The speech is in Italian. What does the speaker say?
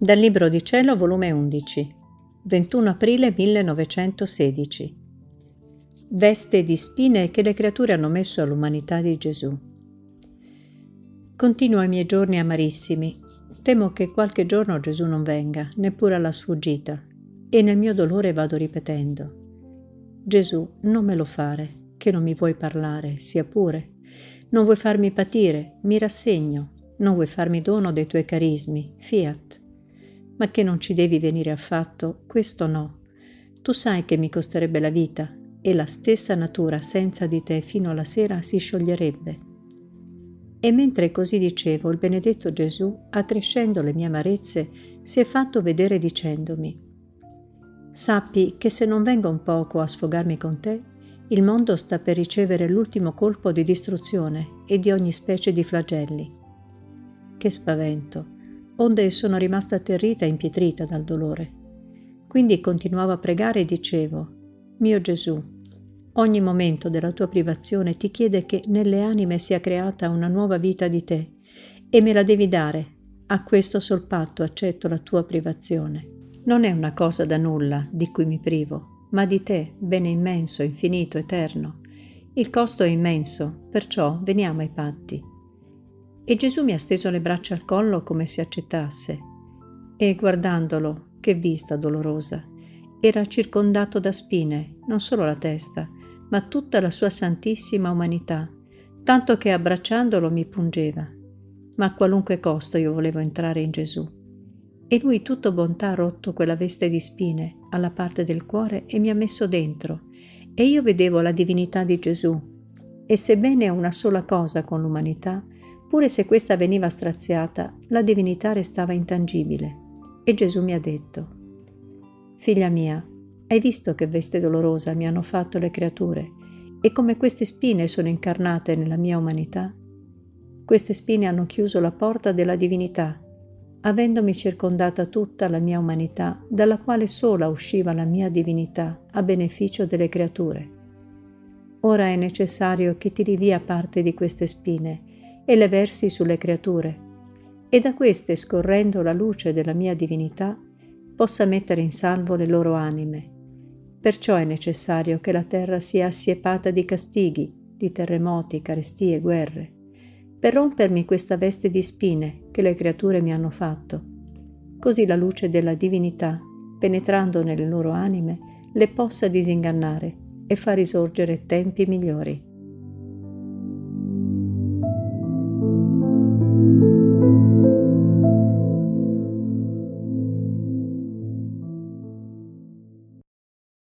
Dal Libro di Cielo, volume 11, 21 aprile 1916. Veste di spine che le creature hanno messo all'umanità di Gesù. Continuo i miei giorni amarissimi. Temo che qualche giorno Gesù non venga, neppure alla sfuggita, e nel mio dolore vado ripetendo: Gesù, non me lo fare, che non mi vuoi parlare, sia pure. Non vuoi farmi patire, mi rassegno. Non vuoi farmi dono dei tuoi carismi, fiat. Ma che non ci devi venire affatto, questo no. Tu sai che mi costerebbe la vita, e la stessa natura senza di te fino alla sera si scioglierebbe. E mentre così dicevo, il benedetto Gesù, accrescendo le mie amarezze, si è fatto vedere dicendomi: sappi che se non vengo un poco a sfogarmi con te, il mondo sta per ricevere l'ultimo colpo di distruzione e di ogni specie di flagelli. Che spavento! Onde sono rimasta atterrita e impietrita dal dolore. Quindi continuavo a pregare e dicevo: mio Gesù, ogni momento della tua privazione ti chiede che nelle anime sia creata una nuova vita di te, e me la devi dare. A questo sol patto accetto la tua privazione. Non è una cosa da nulla di cui mi privo, ma di te, bene immenso, infinito, eterno. Il costo è immenso, perciò veniamo ai patti. E Gesù mi ha steso le braccia al collo come se accettasse, e guardandolo, che vista dolorosa, era circondato da spine, non solo la testa, ma tutta la sua santissima umanità, tanto che abbracciandolo mi pungeva. Ma a qualunque costo io volevo entrare in Gesù. E lui tutto bontà ha rotto quella veste di spine alla parte del cuore e mi ha messo dentro, e io vedevo la divinità di Gesù. E sebbene è una sola cosa con l'umanità, pure se questa veniva straziata, la divinità restava intangibile. E Gesù mi ha detto: figlia mia, hai visto che veste dolorosa mi hanno fatto le creature e come queste spine sono incarnate nella mia umanità? Queste spine hanno chiuso la porta della divinità, avendomi circondata tutta la mia umanità, dalla quale sola usciva la mia divinità a beneficio delle creature. Ora è necessario che tiri via parte di queste spine e le versi sulle creature, e da queste, scorrendo la luce della mia divinità, possa mettere in salvo le loro anime. Perciò è necessario che la terra sia assiepata di castighi, di terremoti, carestie, guerre, per rompermi questa veste di spine che le creature mi hanno fatto. Così la luce della divinità, penetrando nelle loro anime, le possa disingannare e far risorgere tempi migliori.